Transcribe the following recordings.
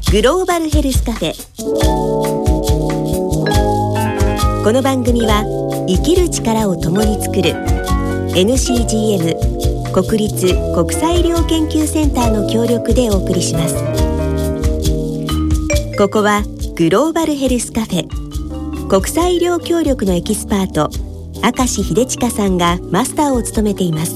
グローバルヘルスカフェ。この番組は生きる力を共に作る NCGM 国立国際医療研究センターの協力でお送りします。ここはグローバルヘルスカフェ。国際医療協力のエキスパート明石秀親さんがマスターを務めています。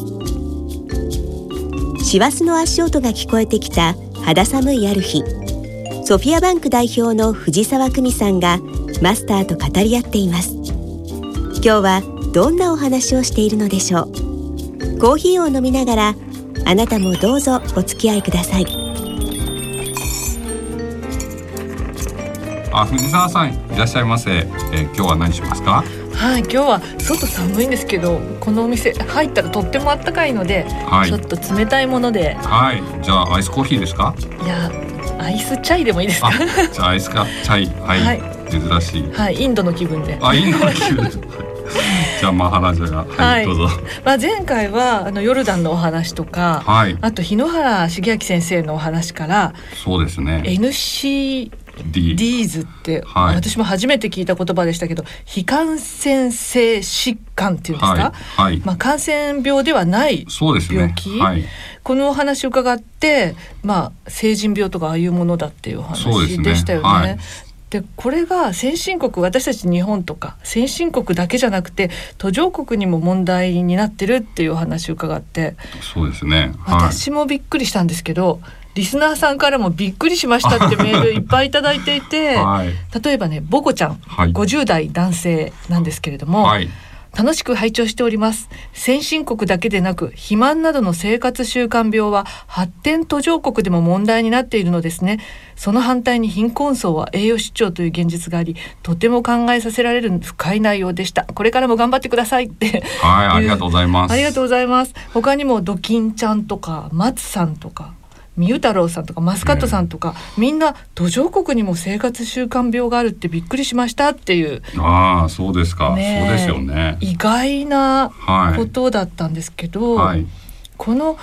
師走の足音が聞こえてきた肌寒いある日、ソフィアバンク代表の藤沢久美さんがマスターと語り合っています。今日はどんなお話をしているのでしょう。コーヒーを飲みながらあなたもどうぞお付き合いください。 藤沢さんいらっしゃいませ。今日は何しますか？ はい、今日は外寒いんですけど、このお店入ったらとってもあったかいので、はい、ちょっと冷たいもので。 はい、じゃあアイスコーヒーですか？ いや、アイスチャイでもいいですか？ じゃあアイスかチャイ、はい、はい、珍しい。 はい、インドの気分で。 インドの気分じゃあマハラジャが、はい、どうぞ。 前回はヨルダンのお話とか、はい、あと日野原茂明先生のお話から、 そうですね、 NCDs って、はい、私も初めて聞いた言葉でしたけど、非感染性疾患っていうんですか、はいはい、感染病ではない病気、はい、このお話を伺って、成人病とかああいうものだっていうお話でしたよね。はい、でこれが先進国、私たち日本とか先進国だけじゃなくて途上国にも問題になってるっていうお話を伺って、 そうですね、 私もびっくりしたんですけど、リスナーさんからもびっくりしましたってメールいっぱいいただいていて、はい、例えばね、ボコちゃん、はい、50代男性なんですけれども、はい、楽しく拝聴しております。先進国だけでなく肥満などの生活習慣病は発展途上国でも問題になっているのですね。その反対に貧困層は栄養失調という現実があり、とても考えさせられる深い内容でした。これからも頑張ってくださいって。 はい、ありがとうございます。 ありがとうございます。他にもドキンちゃんとか松さんとかみゆ太郎さんとかマスカットさんとか、みんな途上国にも生活習慣病があるってびっくりしましたっていう。 そうですか、そうですよね。 意外なことだったんですけど、はい、この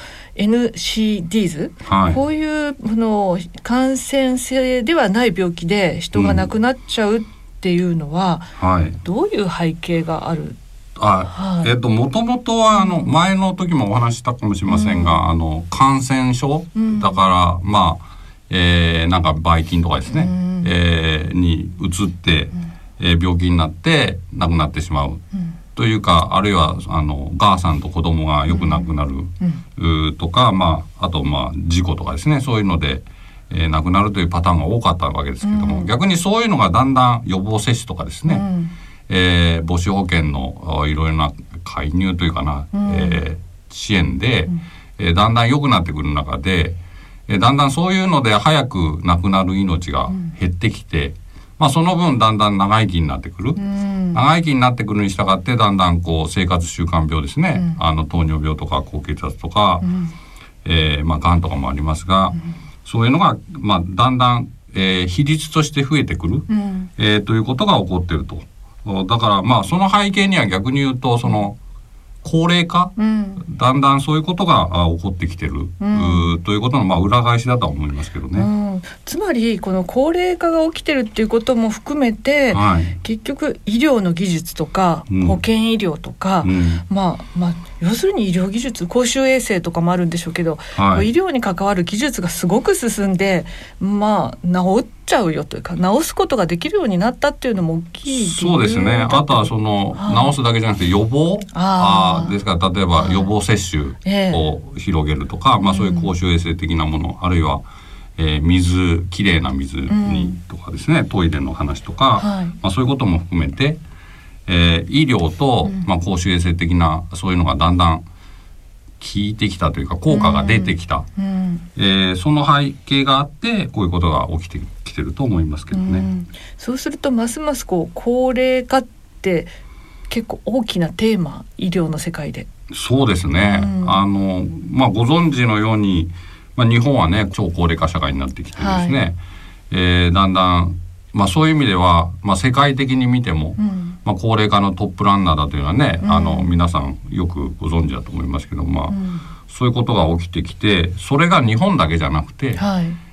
NCDs、はい、こういう感染性ではない病気で人が亡くなっちゃうっていうのは、どういう背景がある？ もともとは前の時もお話したかもしれませんが、感染症、だからなんかばい菌とかですね、に移って、病気になって亡くなってしまう、というか、あるいは母さんと子供がよく亡くなる、とか、あと事故とかですね、そういうので、亡くなるというパターンが多かったわけですけども、逆にそういうのがだんだん予防接種とかですね、母子保険のいろいろな介入というかな、支援で、だんだん良くなってくる中で、だんだんそういうので早く亡くなる命が減ってきて、その分だんだん長生きになってくる、長生きになってくるに従ってだんだん生活習慣病ですね、糖尿病とか高血圧とか、がんとかもありますが、そういうのが、だんだん、比率として増えてくる、ということが起こっていると。だからその背景には逆に言うと高齢化、だんだんそういうことが起こってきてる、ということの裏返しだとは思いますけどね。 つまりこの高齢化が起きてるっていうことも含めて、結局医療の技術とか、保健医療とか、要するに医療技術、公衆衛生とかもあるんでしょうけど、医療に関わる技術がすごく進んで、治っちゃうよというか、治すことができるようになったっていうのも大きい理由。 そうですね。あとは治すだけじゃなくて予防ですから、例えば予防接種を広げるとか、そういう公衆衛生的なもの、あるいは、きれいな水にとかですね、トイレの話とか、そういうことも含めて、医療と、公衆衛生的なそういうのがだんだん効いてきたというか、効果が出てきた、その背景があってこういうことが起きてきてると思いますけどね。 そうするとますます高齢化って結構大きなテーマ、医療の世界で。 そうですね、ご存知のように、日本はね超高齢化社会になってきてですね、だんだん、そういう意味では、世界的に見ても、高齢化のトップランナーだというのはね、皆さんよくご存知だと思いますけど、そういうことが起きてきて、それが日本だけじゃなくて、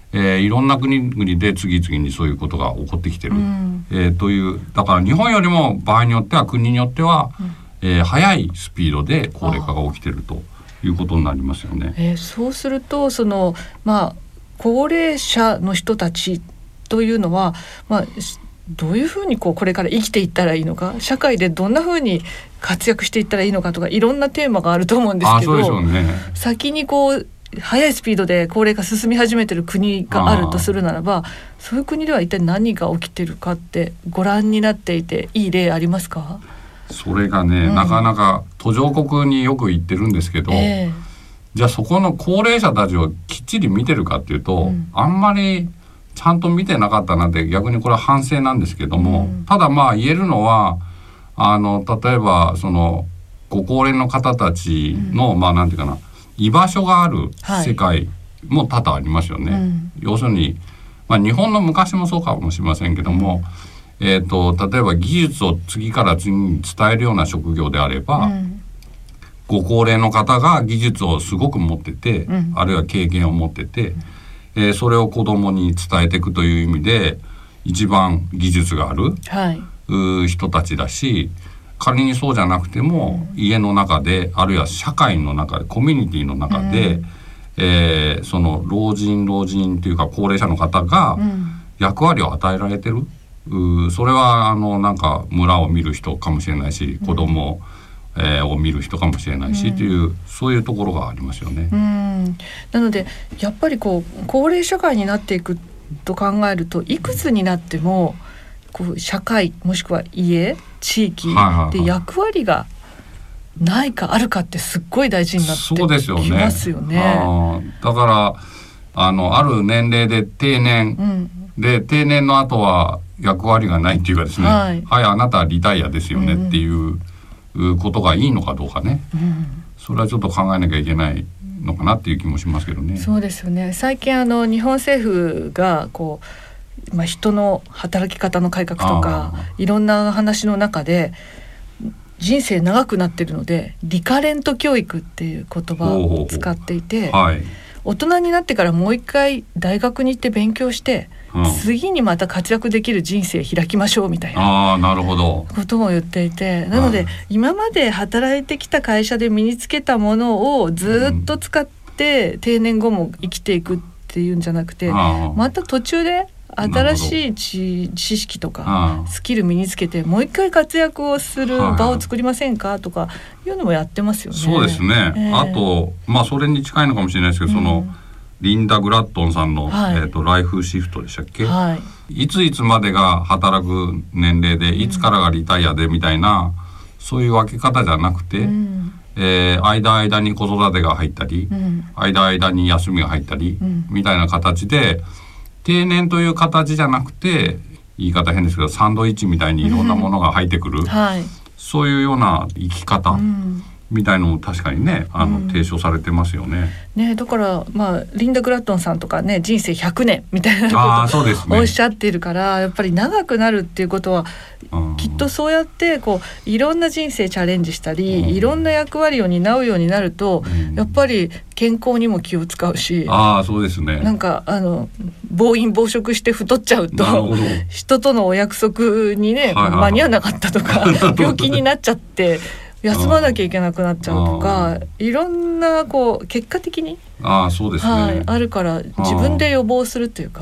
いろんな国々で次々にそういうことが起こってきてる、というだから日本よりも場合によっては国によっては、速いスピードで高齢化が起きてるということになりますよね。 そうすると高齢者の人たちというのは、どういうふうにこれから生きていったらいいのか、社会でどんなふうに活躍していったらいいのかとか、いろんなテーマがあると思うんですけど、 そうでしょうね。 先に速いスピードで高齢化進み始めてる国があるとするならば、そういう国では一体何が起きてるかってご覧になっていていい例ありますか？ それがね、なかなか途上国によく行ってるんですけど、じゃあそこの高齢者たちをきっちり見てるかっていうと、あんまりちゃんと見てなかったなって、逆にこれは反省なんですけども、ただ言えるのは例えばそのご高齢の方たちの、なんていうかな、居場所がある世界も多々ありますよね。要するに、日本の昔もそうかもしれませんけども、例えば技術を次から次に伝えるような職業であれば、ご高齢の方が技術をすごく持ってて、あるいは経験を持ってて、それを子どもに伝えていくという意味で一番技術がある、人たちだし、仮にそうじゃなくても、家の中であるいは社会の中でコミュニティの中で、その老人というか高齢者の方が役割を与えられてる、それはなんか村を見る人かもしれないし、子供を見る人かもしれないし、というそういうところがありますよね。 なのでやっぱり高齢社会になっていくと考えると、いくつになっても社会もしくは家地域で役割がないかあるかってすっごい大事になってきますよね。 だからある年齢で定年、で定年の後は役割がないっていうかですね、あなたはリタイアですよねっていうことがいいのかどうかね、それはちょっと考えなきゃいけないのかなっていう気もしますけどね。 そうですよね。最近日本政府が人の働き方の改革とかいろんな話の中で、人生長くなってるのでリカレント教育っていう言葉を使っていて、大人になってからもう一回大学に行って勉強して、次にまた活躍できる人生開きましょうみたいなことも言っていて、なので今まで働いてきた会社で身につけたものをずっと使って定年後も生きていくっていうんじゃなくて、また途中で新しい知識とかスキル身につけてもう一回活躍をする場を作りませんかとかいうのもやってますよね。 そうですね。あとそれに近いのかもしれないですけど、そのリンダ・グラットンさんの、ライフシフトでしたっけ、いつまでが働く年齢でいつからがリタイアでみたいな、そういう分け方じゃなくて、間に子育てが入ったり、間に休みが入ったり、みたいな形で定年という形じゃなくて、言い方変ですけどサンドイッチみたいにいろんなものが入ってくる、そういうような生き方、みたいのも確かにね提唱されてますよね。 だからリンダ・グラットンさんとかね、人生100年みたいなことをおっしゃっているから、やっぱり長くなるっていうことは、きっとそうやっていろんな人生チャレンジしたり、いろんな役割を担うようになると、やっぱり健康にも気を使うし、 そうですね。 なんか暴飲暴食して太っちゃうと人とのお約束にね、間に合わなかったとか病気になっちゃって休まなきゃいけなくなっちゃうとか、いろんな結果的にそうですね、 あるから自分で予防するというか。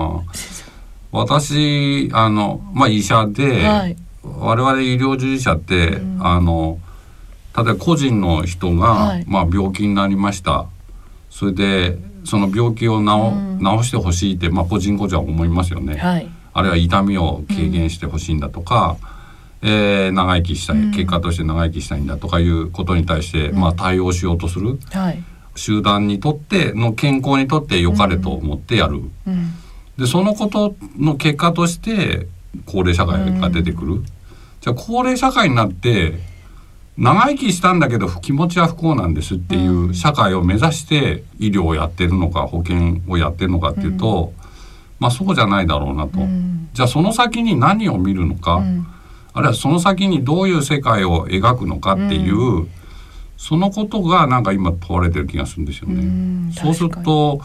私医者で、我々医療従事者って、例えば個人の人が、病気になりました。それでその病気を治してほしいって、個人個人は思いますよね。あるいは痛みを軽減してほしいんだとか、長生きしたい、結果として長生きしたいんだとかいうことに対して、対応しようとする、集団にとっての健康にとって良かれと思ってやる、でそのことの結果として高齢社会が出てくる、じゃあ高齢社会になって長生きしたんだけど気持ちは不幸なんですっていう社会を目指して医療をやってるのか保険をやってるのかっていうと、そうじゃないだろうなと、じゃあその先に何を見るのか、あるいはその先にどういう世界を描くのかっていう、そのことがなんか今問われてる気がするんですよね。そうすると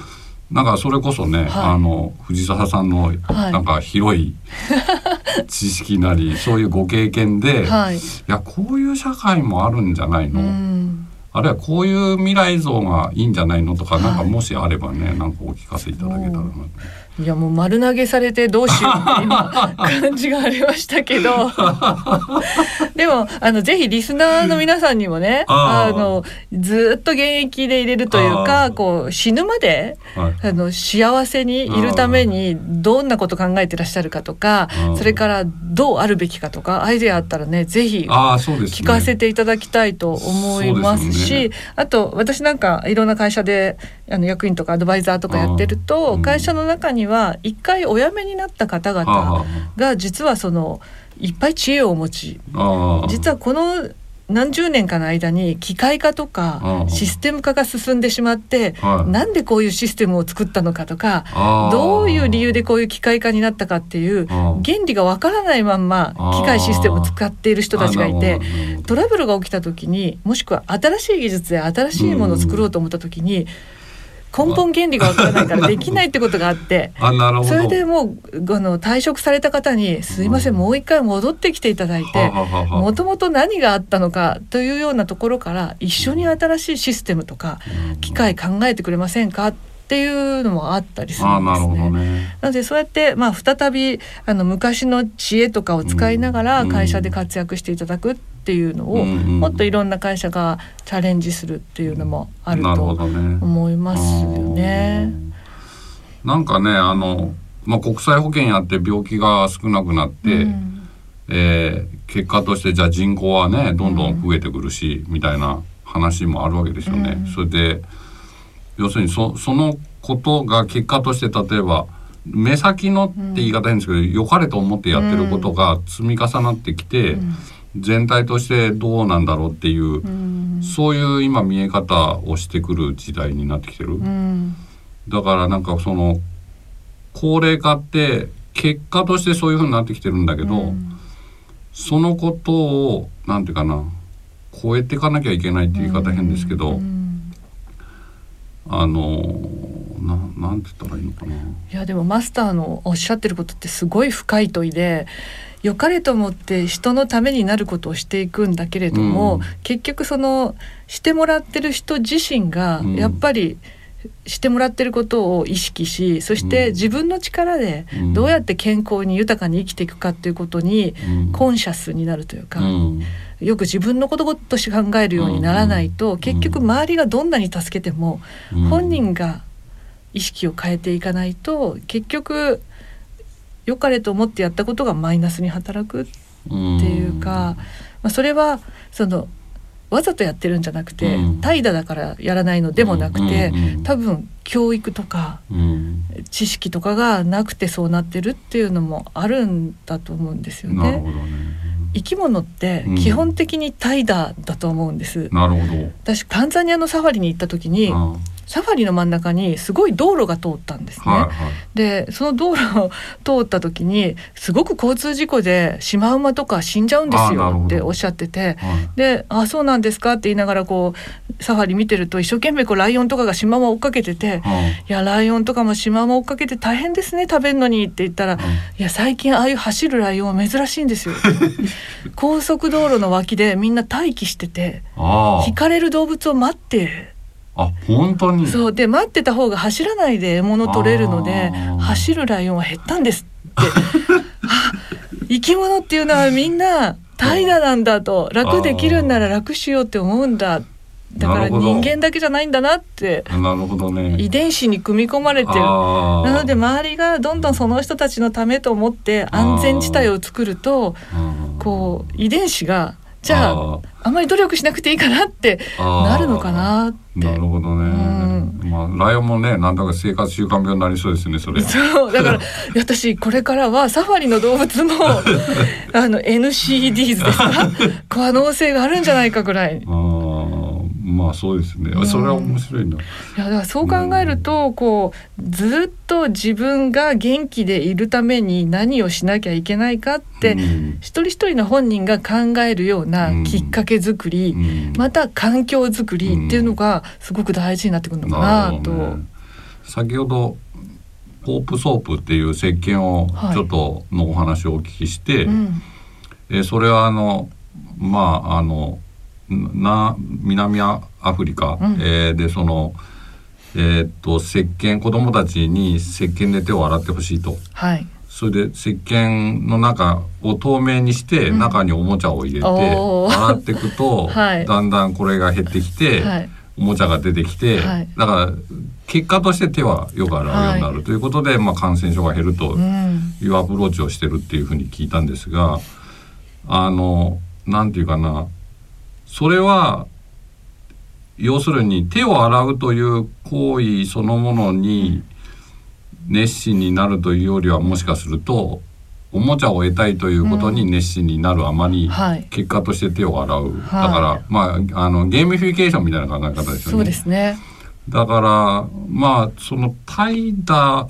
なんかそれこそね、藤沢さんのなんか広い知識なり、そういうご経験で、いやこういう社会もあるんじゃないの、あるいはこういう未来像がいいんじゃないのとか、なんかもしあればね、なんかお聞かせいただけたらな。 いやもう丸投げされてどうしようって今感じがありましたけどでもぜひリスナーの皆さんにもね、ずっと現役でいれるというか、こう死ぬまで、幸せにいるためにどんなこと考えてらっしゃるかとか、それからどうあるべきかとかアイデアあったらね、ぜひ聞かせていただきたいと思いますし、あと私なんかいろんな会社で役員とかアドバイザーとかやってると、会社の中には一回お辞めになった方々が実はいっぱい知恵をお持ち、実はこの何十年かの間に機械化とかシステム化が進んでしまって、なんでこういうシステムを作ったのかとか、どういう理由でこういう機械化になったかっていう原理がわからないまんま機械システムを使っている人たちがいて、トラブルが起きた時に、もしくは新しい技術で新しいものを作ろうと思った時に根本原理がわからないからできないってことがあってそれでもう退職された方にすいません、もう一回戻ってきていただいて、もともと何があったのかというようなところから一緒に新しいシステムとか機械考えてくれませんかっていうのもあったりするんですね。なのでそうやって、再び昔の知恵とかを使いながら会社で活躍していただくっていうのを、もっといろんな会社がチャレンジするっていうのもあると思いますよね。 なんかね、国際保険やって病気が少なくなって、結果としてじゃあ人口はねどんどん増えてくるし、みたいな話もあるわけですよね。それで要するにそのことが結果として、例えば目先のって言い方変ですけど、良かれと思ってやってることが積み重なってきて、全体としてどうなんだろうっていう、そういう今見え方をしてくる時代になってきてる。だからなんか高齢化って結果としてそういう風になってきてるんだけど、そのことをなんていうかな、超えていかなきゃいけないっていう言い方変ですけど、なんて言ったらいいのかな。 いやでもマスターのおっしゃってることってすごい深い問いで、良かれと思って人のためになることをしていくんだけれども、結局してもらってる人自身がやっぱりしてもらってることを意識し、そして自分の力でどうやって健康に豊かに生きていくかっていうことにコンシャスになるというか、よく自分のこととして考えるようにならないと、結局周りがどんなに助けても本人が意識を変えていかないと、結局良かれと思ってやったことがマイナスに働くっていうか、それはわざとやってるんじゃなくて、怠惰だからやらないのでもなくて、多分教育とか、知識とかがなくてそうなってるっていうのもあるんだと思うんですよね。 なるほどね。 生き物って基本的に怠惰だと思うんです。 なるほど。 私タンザニアのサファリに行った時に、サファリの真ん中にすごい道路が通ったんですね。でその道路を通った時にすごく交通事故でシマウマとか死んじゃうんですよっておっしゃってて、でそうなんですかって言いながらサファリ見てると、一生懸命ライオンとかがシマウマを追っかけてて、いやライオンとかもシマウマを追っかけて大変ですね食べるのにって言ったら、いや最近ああいう走るライオンは珍しいんですよ高速道路の脇でみんな待機してて、引かれる動物を待って本当にそうで、待ってた方が走らないで獲物取れるので、走るライオンは減ったんですって生き物っていうのはみんな怠惰なんだと、楽できるんなら楽しようって思うんだ、だから人間だけじゃないんだなって、 なるほどね、 遺伝子に組み込まれてる。なので周りがどんどんその人たちのためと思って安全地帯を作ると、遺伝子がじゃああまり努力しなくていいかなってなるのかなって。 なるほどね、ライオンもね、なんだか生活習慣病になりそうですね、それ。 そうだから私これからはサファリの動物もNCDs ですか可能性があるんじゃないかぐらい。 そうですね、それは面白いな。 いやだからそう考えると、ずっと自分が元気でいるために何をしなきゃいけないかって、一人一人の本人が考えるようなきっかけ作り、また環境作りっていうのがすごく大事になってくるのかなと。 先ほどホープソープっていう石鹸をちょっとのお話をお聞きして、それは南アフリカ、でその石鹸、子どもたちに石鹸で手を洗ってほしいと、それで石鹸の中を透明にして、中におもちゃを入れて洗っていくと、だんだんこれが減ってきて、おもちゃが出てきて、だから結果として手はよく洗うようになるということで、感染症が減るというアプローチをしてるっていうふうに聞いたんですが、なんていうかな、それは要するに手を洗うという行為そのものに熱心になるというよりは、もしかするとおもちゃを得たいということに熱心になるあまり、結果として手を洗う、だからゲーミフィケーションみたいな考え方ですよね。 そうですね。 だからその怠惰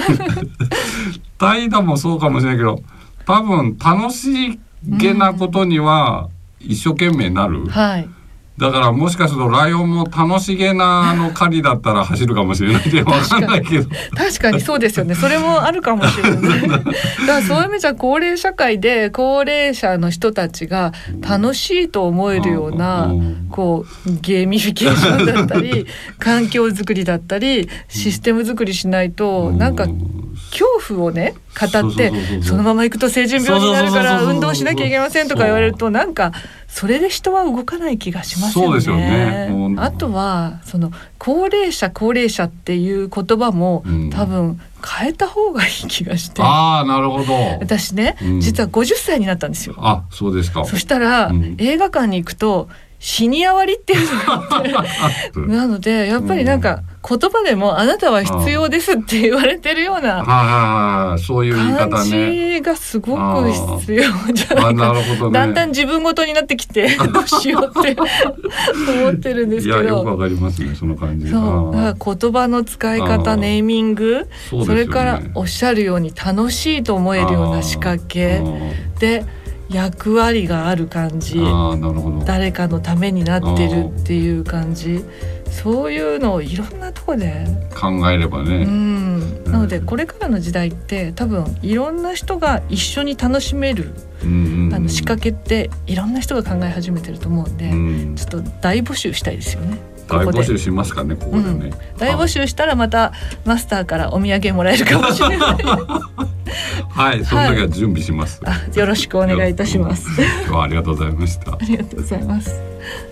怠惰もそうかもしれないけど、多分楽しげなことには一生懸命なる、だからもしかするとライオンも楽しげな狩りだったら走るかもしれないで、分かんないけど確かにそうですよね。それもあるかもしれないだからそういう意味じゃ、高齢社会で高齢者の人たちが楽しいと思えるような、ゲーミフィケーションだったり環境づくりだったりシステムづくりしないと、なんか恐怖をね語って、そのまま行くと成人病になるから運動しなきゃいけませんとか言われると、なんかそれで人は動かない気がしますよね。 そうですよね。 あとはその高齢者っていう言葉も、多分変えた方がいい気がして。 なるほど。私ね、実は50歳になったんですよ。 そうですか。 そしたら、映画館に行くとシニア割っていうのがあってなのでやっぱりなんか言葉でもあなたは必要ですって言われてるようなそういう言い方ね、 感じがすごく必要じゃないか、だんだん自分ごとになってきてどうしようって思ってるんですけど、 よくわかりますね、その感じ。 だから言葉の使い方、ネーミング、それからおっしゃるように楽しいと思えるような仕掛けで役割がある感じ、誰かのためになってるっていう感じ、そういうのをいろんなところで考えればね、 なのでこれからの時代って多分いろんな人が一緒に楽しめる、仕掛けっていろんな人が考え始めてると思うんで、ちょっと大募集したいですよね。 大募集しますかね、ここでね、 大募集したらまたマスターからお土産もらえるかもしれないその時は準備します、 よろしくお願いいたします今日はありがとうございました。 ありがとうございます。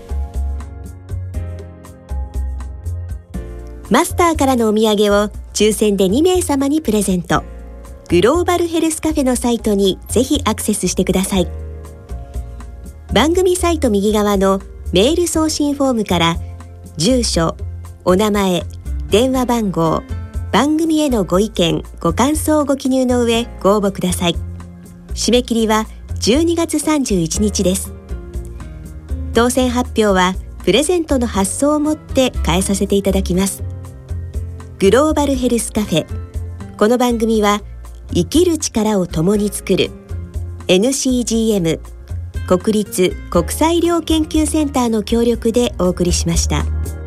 マスターからのお土産を抽選で2名様にプレゼント。グローバルヘルスカフェのサイトにぜひアクセスしてください。番組サイト右側のメール送信フォームから住所、お名前、電話番号、番組へのご意見、ご感想をご記入の上ご応募ください。締め切りは12月31日です。当選発表はプレゼントの発送をもって返させていただきます。グローバルヘルスカフェ。この番組は生きる力を共に作る NCGM 国立国際医療研究センターの協力でお送りしました。